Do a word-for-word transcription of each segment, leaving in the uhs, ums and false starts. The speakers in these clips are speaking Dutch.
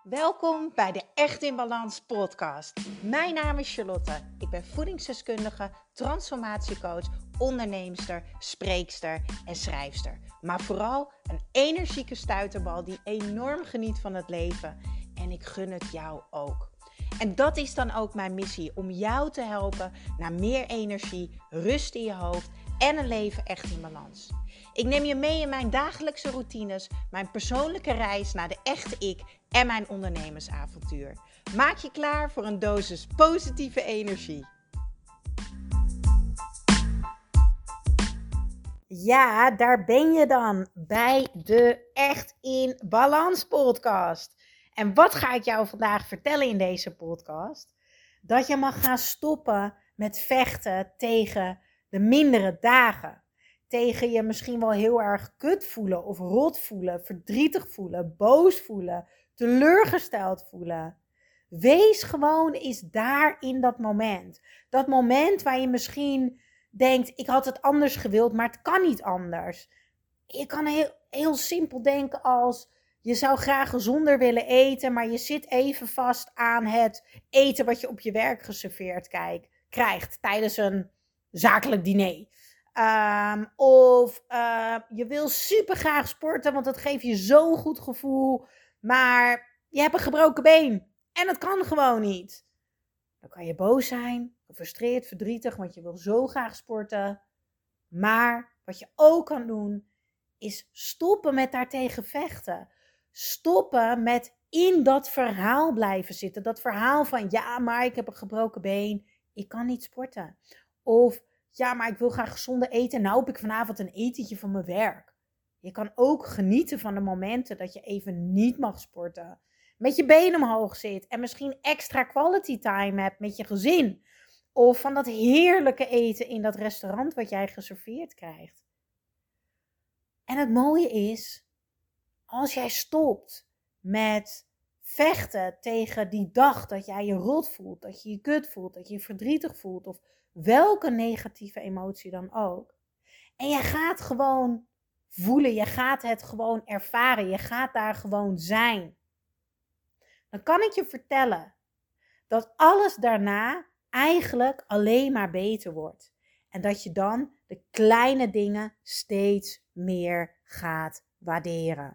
Welkom bij de Echt in Balans podcast. Mijn naam is Charlotte. Ik ben voedingsdeskundige, transformatiecoach, onderneemster, spreekster en schrijfster. Maar vooral een energieke stuiterbal die enorm geniet van het leven. En ik gun het jou ook. En dat is dan ook mijn missie, om jou te helpen naar meer energie, rust in je hoofd en een leven echt in balans. Ik neem je mee in mijn dagelijkse routines, mijn persoonlijke reis naar de echte ik en mijn ondernemersavontuur. Maak je klaar voor een dosis positieve energie. Ja, daar ben je dan bij de Echt in Balans podcast. En wat ga ik jou vandaag vertellen in deze podcast? Dat je mag gaan stoppen met vechten tegen de mindere dagen. Tegen je misschien wel heel erg kut voelen of rot voelen, verdrietig voelen, boos voelen, teleurgesteld voelen. Wees gewoon eens daar in dat moment. Dat moment waar je misschien denkt, ik had het anders gewild, maar het kan niet anders. Je kan heel, heel simpel denken als, je zou graag gezonder willen eten, maar je zit even vast aan het eten wat je op je werk geserveerd kijk, krijgt tijdens een zakelijk diner. Um, of uh, je wil super graag sporten, want dat geeft je zo'n goed gevoel, maar je hebt een gebroken been en dat kan gewoon niet. Dan kan je boos zijn, gefrustreerd, verdrietig, want je wil zo graag sporten. Maar wat je ook kan doen, is stoppen met daartegen vechten. Stoppen met in dat verhaal blijven zitten. Dat verhaal van, ja, maar ik heb een gebroken been, ik kan niet sporten. Of, ja, maar ik wil graag gezonde eten, nou heb ik vanavond een etentje van mijn werk. Je kan ook genieten van de momenten dat je even niet mag sporten. Met je been omhoog zit en misschien extra quality time hebt met je gezin. Of van dat heerlijke eten in dat restaurant wat jij geserveerd krijgt. En het mooie is, als jij stopt met vechten tegen die dag dat jij je rot voelt, dat je je kut voelt, dat je je verdrietig voelt of welke negatieve emotie dan ook. En je gaat gewoon voelen, je gaat het gewoon ervaren, je gaat daar gewoon zijn. Dan kan ik je vertellen dat alles daarna eigenlijk alleen maar beter wordt. En dat je dan de kleine dingen steeds meer gaat waarderen.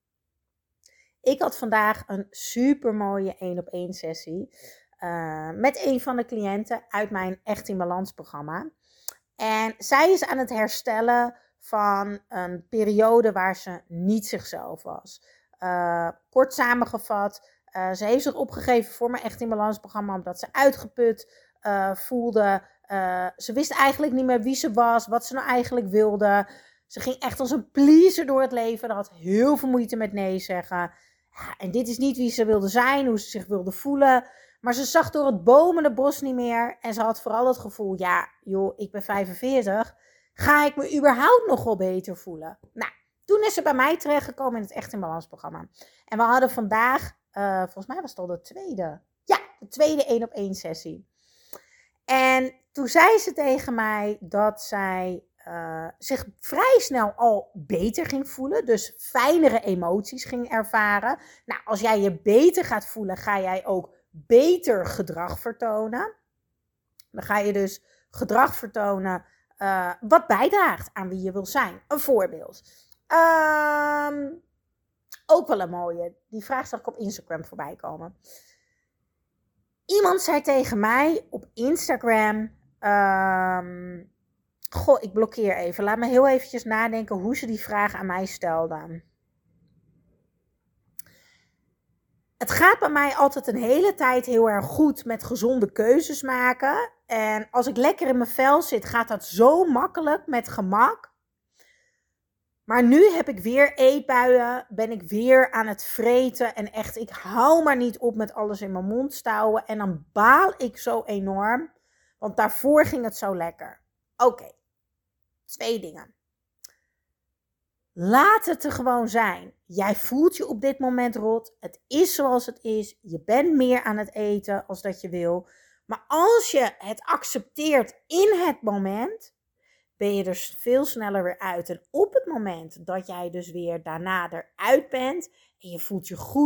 Ik had vandaag een super mooie één op één sessie uh, met een van de cliënten uit mijn Echt in Balans programma. En zij is aan het herstellen van een periode waar ze niet zichzelf was. Uh, kort samengevat, uh, ze heeft zich opgegeven voor mijn Echt in Balans programma omdat ze uitgeput uh, voelde. Uh, ze wist eigenlijk niet meer wie ze was, wat ze nou eigenlijk wilde. Ze ging echt als een pleaser door het leven. Ze had heel veel moeite met nee zeggen. Ja, en dit is niet wie ze wilde zijn, hoe ze zich wilde voelen. Maar ze zag door het boom en het bos niet meer. En ze had vooral het gevoel, ja, joh, ik ben vijfenveertig. Ga ik me überhaupt nog wel beter voelen? Nou, toen is ze bij mij terechtgekomen in het Echt in Balans programma. En we hadden vandaag, uh, volgens mij was het al de tweede. Ja, de tweede één op één sessie. En toen zei ze tegen mij dat zij uh, zich vrij snel al beter ging voelen. Dus fijnere emoties ging ervaren. Nou, als jij je beter gaat voelen, ga jij ook beter gedrag vertonen. Dan ga je dus gedrag vertonen uh, wat bijdraagt aan wie je wil zijn. Een voorbeeld. Um, ook wel een mooie. Die vraag zag ik op Instagram voorbij komen. Iemand zei tegen mij op Instagram, um, goh, ik blokkeer even. Laat me heel eventjes nadenken hoe ze die vraag aan mij stelde. Het gaat bij mij altijd een hele tijd heel erg goed met gezonde keuzes maken. En als ik lekker in mijn vel zit, gaat dat zo makkelijk met gemak. Maar nu heb ik weer eetbuien, ben ik weer aan het vreten en echt, ik hou maar niet op met alles in mijn mond stouwen. En dan baal ik zo enorm, want daarvoor ging het zo lekker. Oké, okay. Twee dingen. Laat het er gewoon zijn. Jij voelt je op dit moment rot. Het is zoals het is. Je bent meer aan het eten als dat je wil. Maar als je het accepteert in het moment, ben je er veel sneller weer uit. En op het moment dat jij dus weer daarna eruit bent en je voelt je goed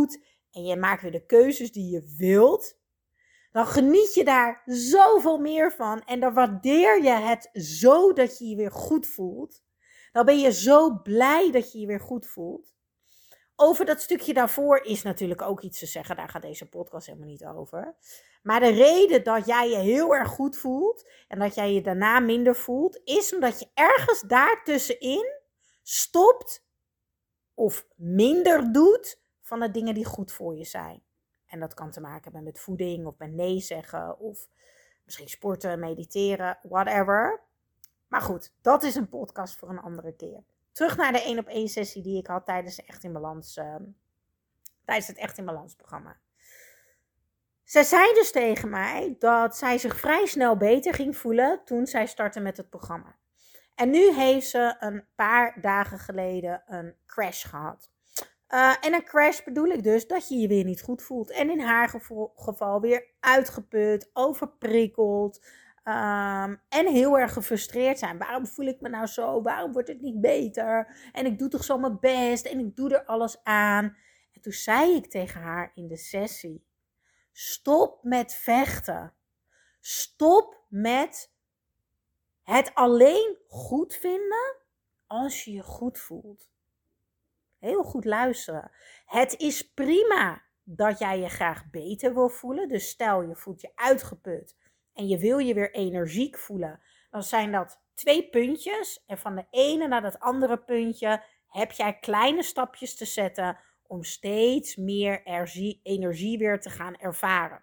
en je maakt weer de keuzes die je wilt, dan geniet je daar zoveel meer van. En dan waardeer je het zo dat je je weer goed voelt. Dan ben je zo blij dat je je weer goed voelt. Over dat stukje daarvoor is natuurlijk ook iets te zeggen. Daar gaat deze podcast helemaal niet over. Maar de reden dat jij je heel erg goed voelt en dat jij je daarna minder voelt, is omdat je ergens daartussenin stopt of minder doet van de dingen die goed voor je zijn. En dat kan te maken hebben met voeding of met nee zeggen of misschien sporten, mediteren, whatever. Maar goed, dat is een podcast voor een andere keer. Terug naar de één op één sessie die ik had tijdens, de Echt in Balans, uh, tijdens het Echt in Balans programma. Zij zei dus tegen mij dat zij zich vrij snel beter ging voelen toen zij startte met het programma. En nu heeft ze een paar dagen geleden een crash gehad. Uh, en een crash bedoel ik dus dat je je weer niet goed voelt. En in haar geval, geval weer uitgeput, overprikkeld um, en heel erg gefrustreerd zijn. Waarom voel ik me nou zo? Waarom wordt het niet beter? En ik doe toch zo mijn best en ik doe er alles aan. En toen zei ik tegen haar in de sessie, stop met vechten. Stop met het alleen goed vinden als je je goed voelt. Heel goed luisteren. Het is prima dat jij je graag beter wil voelen. Dus stel je voelt je uitgeput en je wil je weer energiek voelen. Dan zijn dat twee puntjes. En van de ene naar dat andere puntje heb jij kleine stapjes te zetten om steeds meer energie, energie weer te gaan ervaren.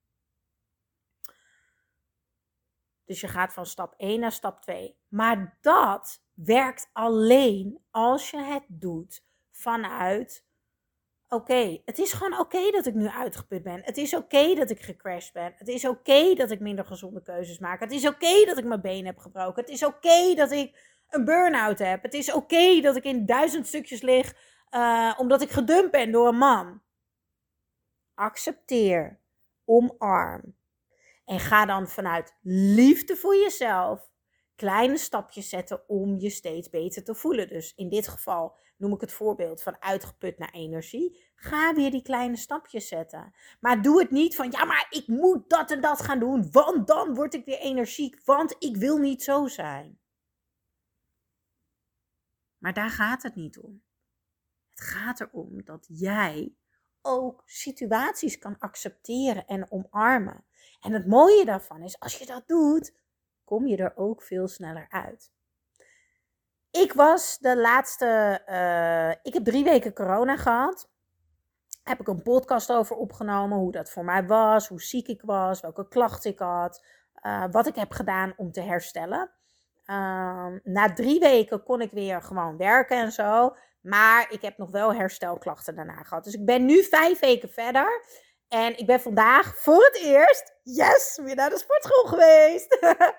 Dus je gaat van stap één naar stap twee. Maar dat werkt alleen als je het doet vanuit, oké, okay, het is gewoon oké okay dat ik nu uitgeput ben. Het is oké okay dat ik gecrashed ben. Het is oké okay dat ik minder gezonde keuzes maak. Het is oké okay dat ik mijn been heb gebroken. Het is oké okay dat ik een burn-out heb. Het is oké okay dat ik in duizend stukjes lig uh, omdat ik gedumpt ben door een man. Accepteer, omarm. En ga dan vanuit liefde voor jezelf kleine stapjes zetten om je steeds beter te voelen. Dus in dit geval noem ik het voorbeeld van uitgeput naar energie. Ga weer die kleine stapjes zetten. Maar doe het niet van, ja, maar ik moet dat en dat gaan doen, want dan word ik weer energiek, want ik wil niet zo zijn. Maar daar gaat het niet om. Het gaat erom dat jij ook situaties kan accepteren en omarmen. En het mooie daarvan is, als je dat doet, kom je er ook veel sneller uit. Ik was de laatste, uh, ik heb drie weken corona gehad. Heb ik een podcast over opgenomen, hoe dat voor mij was, hoe ziek ik was, welke klachten ik had, uh, wat ik heb gedaan om te herstellen. Uh, na drie weken kon ik weer gewoon werken en zo, maar ik heb nog wel herstelklachten daarna gehad. Dus ik ben nu vijf weken verder. En ik ben vandaag voor het eerst, yes, weer naar de sportschool geweest.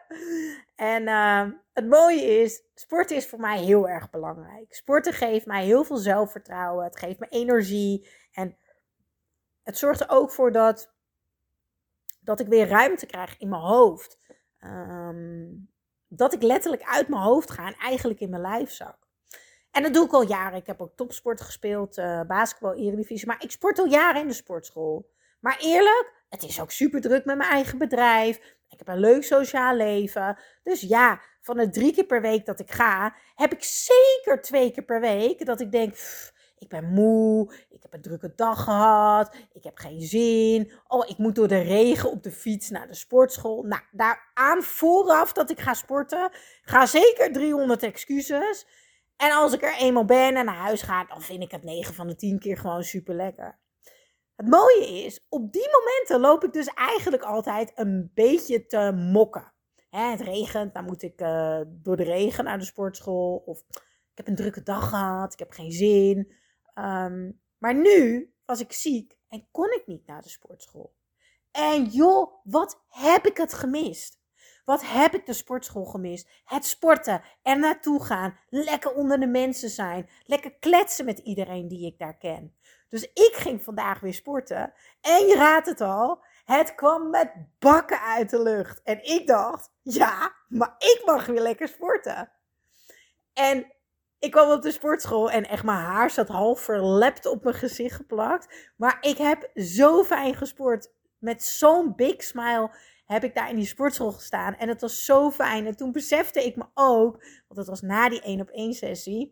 en uh, het mooie is, sporten is voor mij heel erg belangrijk. Sporten geeft mij heel veel zelfvertrouwen. Het geeft me energie. En het zorgt er ook voor dat, dat ik weer ruimte krijg in mijn hoofd. Um, dat ik letterlijk uit mijn hoofd ga en eigenlijk in mijn lijf zak. En dat doe ik al jaren. Ik heb ook topsport gespeeld, uh, basketbal, eredivisie. Maar ik sport al jaren in de sportschool. Maar eerlijk, het is ook super druk met mijn eigen bedrijf. Ik heb een leuk sociaal leven. Dus ja, van de drie keer per week dat ik ga, heb ik zeker twee keer per week dat ik denk, pff, ik ben moe, ik heb een drukke dag gehad, ik heb geen zin. Oh, ik moet door de regen op de fiets naar de sportschool. Nou, daaraan vooraf dat ik ga sporten, ga zeker driehonderd excuses. En als ik er eenmaal ben en naar huis ga, dan vind ik het negen van de tien keer gewoon super lekker. Het mooie is, op die momenten loop ik dus eigenlijk altijd een beetje te mokken. Hè, het regent, dan moet ik uh, door de regen naar de sportschool. Of ik heb een drukke dag gehad, ik heb geen zin. Um, maar nu was ik ziek en kon ik niet naar de sportschool. En joh, wat heb ik het gemist? Wat heb ik de sportschool gemist? Het sporten, er naartoe gaan, lekker onder de mensen zijn, lekker kletsen met iedereen die ik daar ken. Dus ik ging vandaag weer sporten en je raadt het al, het kwam met bakken uit de lucht. En ik dacht, ja, maar ik mag weer lekker sporten. En Ik kwam op de sportschool en echt mijn haar zat half verlept op mijn gezicht geplakt. Maar ik heb zo fijn gesport. Met zo'n big smile heb ik daar in die sportschool gestaan. En het was zo fijn. En toen besefte ik me ook, want het was na die één op één sessie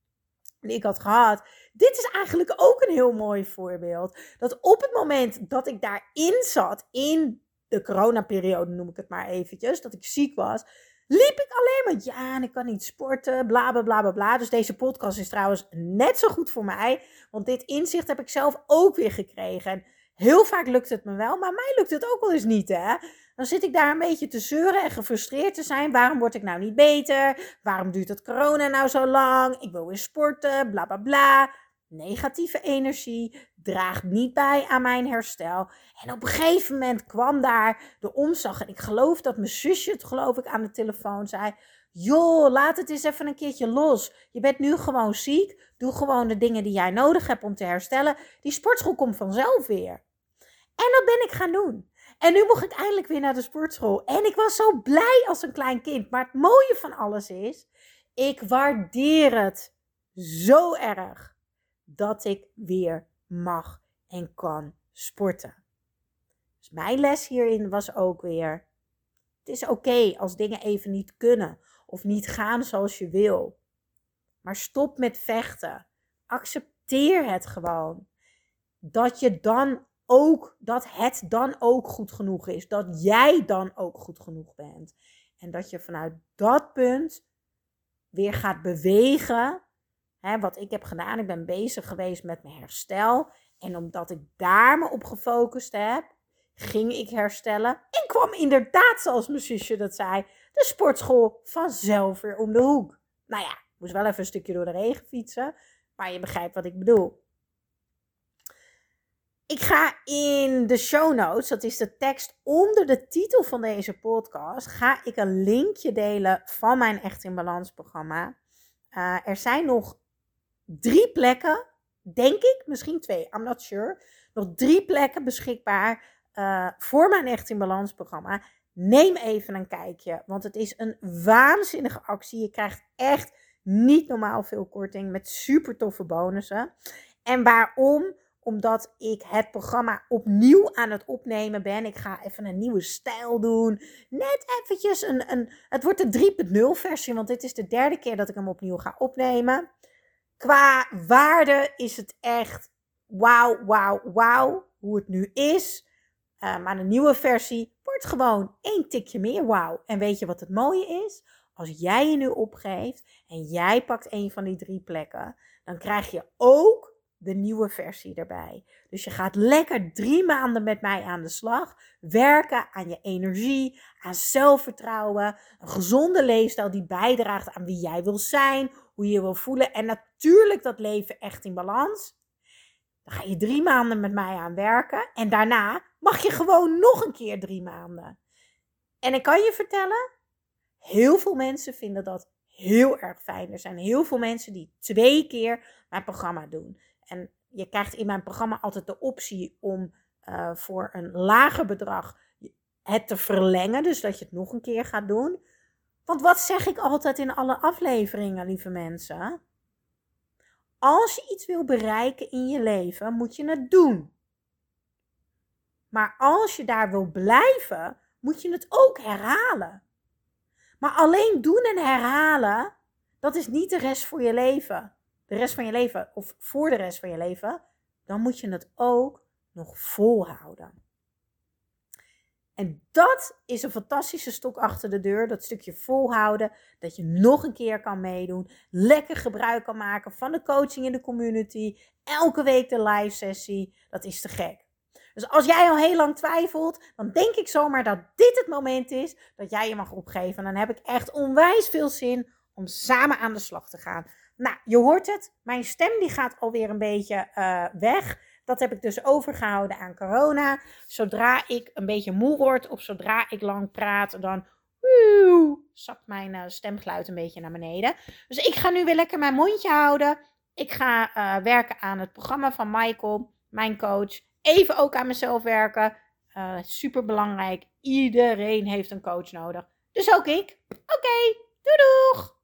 die ik had gehad. Dit is eigenlijk ook een heel mooi voorbeeld. Dat op het moment dat ik daarin zat, in de coronaperiode noem ik het maar eventjes, dat ik ziek was, liep ik alleen maar, ja, en ik kan niet sporten, bla, bla, bla, bla, bla. Dus deze podcast is trouwens net zo goed voor mij, want dit inzicht heb ik zelf ook weer gekregen. En heel vaak lukt het me wel, maar mij lukt het ook wel eens niet, hè. Dan zit ik daar een beetje te zeuren en gefrustreerd te zijn. Waarom word ik nou niet beter? Waarom duurt het corona nou zo lang? Ik wil weer sporten, bla, bla, bla. Negatieve energie draagt niet bij aan mijn herstel. En op een gegeven moment kwam daar de omslag. En ik geloof dat mijn zusje het geloof ik aan de telefoon zei. Joh, laat het eens even een keertje los. Je bent nu gewoon ziek. Doe gewoon de dingen die jij nodig hebt om te herstellen. Die sportschool komt vanzelf weer. En dat ben ik gaan doen. En nu mocht ik eindelijk weer naar de sportschool. En ik was zo blij als een klein kind. Maar het mooie van alles is, ik waardeer het zo erg dat ik weer mag en kan sporten. Dus mijn les hierin was ook weer, het is oké als dingen even niet kunnen of niet gaan zoals je wil. Maar stop met vechten. Accepteer het gewoon. Dat je dan ook, dat het dan ook goed genoeg is. Dat jij dan ook goed genoeg bent. En dat je vanuit dat punt weer gaat bewegen. Hè, wat ik heb gedaan, ik ben bezig geweest met mijn herstel. En omdat ik daar me op gefocust heb, ging ik herstellen. En kwam inderdaad, zoals mijn zusje dat zei, de sportschool vanzelf weer om de hoek. Nou ja, ik moest wel even een stukje door de regen fietsen. Maar je begrijpt wat ik bedoel. Ik ga in de show notes, dat is de tekst onder de titel van deze podcast, ga ik een linkje delen van mijn Echt in Balans programma. Uh, er zijn nog drie plekken, denk ik, misschien twee, I'm not sure. Nog drie plekken beschikbaar uh, voor mijn Echt in Balans programma. Neem even een kijkje, want het is een waanzinnige actie. Je krijgt echt niet normaal veel korting met super toffe bonussen. En waarom? Omdat ik het programma opnieuw aan het opnemen ben. Ik ga even een nieuwe stijl doen. Net eventjes een... een het wordt de drie punt nul versie. Want dit is de derde keer dat ik hem opnieuw ga opnemen. Qua waarde is het echt wauw, wauw, wauw. Hoe het nu is. Uh, maar de nieuwe versie wordt gewoon één tikje meer wauw. En weet je wat het mooie is? Als jij je nu opgeeft en jij pakt een van die drie plekken. Dan krijg je ook de nieuwe versie erbij. Dus je gaat lekker drie maanden met mij aan de slag. Werken aan je energie, aan zelfvertrouwen. Een gezonde leefstijl die bijdraagt aan wie jij wil zijn. Hoe je je wil voelen. En natuurlijk dat leven echt in balans. Dan ga je drie maanden met mij aan werken. En daarna mag je gewoon nog een keer drie maanden. En ik kan je vertellen, heel veel mensen vinden dat heel erg fijn. Er zijn heel veel mensen die twee keer mijn programma doen. En je krijgt in mijn programma altijd de optie om uh, voor een lager bedrag het te verlengen. Dus dat je het nog een keer gaat doen. Want wat zeg ik altijd in alle afleveringen, lieve mensen? Als je iets wil bereiken in je leven, moet je het doen. Maar als je daar wil blijven, moet je het ook herhalen. Maar alleen doen en herhalen, dat is niet de rest voor je leven. De rest van je leven, of voor de rest van je leven, dan moet je het ook nog volhouden. En dat is een fantastische stok achter de deur, dat stukje volhouden, dat je nog een keer kan meedoen, lekker gebruik kan maken van de coaching in de community, elke week de live sessie, dat is te gek. Dus als jij al heel lang twijfelt, dan denk ik zomaar dat dit het moment is dat jij je mag opgeven. En dan heb ik echt onwijs veel zin om samen aan de slag te gaan. Nou, je hoort het. Mijn stem die gaat alweer een beetje uh, weg. Dat heb ik dus overgehouden aan corona. Zodra ik een beetje moe word of zodra ik lang praat, dan woe, zakt mijn uh, stemgeluid een beetje naar beneden. Dus ik ga nu weer lekker mijn mondje houden. Ik ga uh, werken aan het programma van Michael, mijn coach. Even ook aan mezelf werken. Uh, super belangrijk. Iedereen heeft een coach nodig. Dus ook ik. Oké, okay, doei doeg!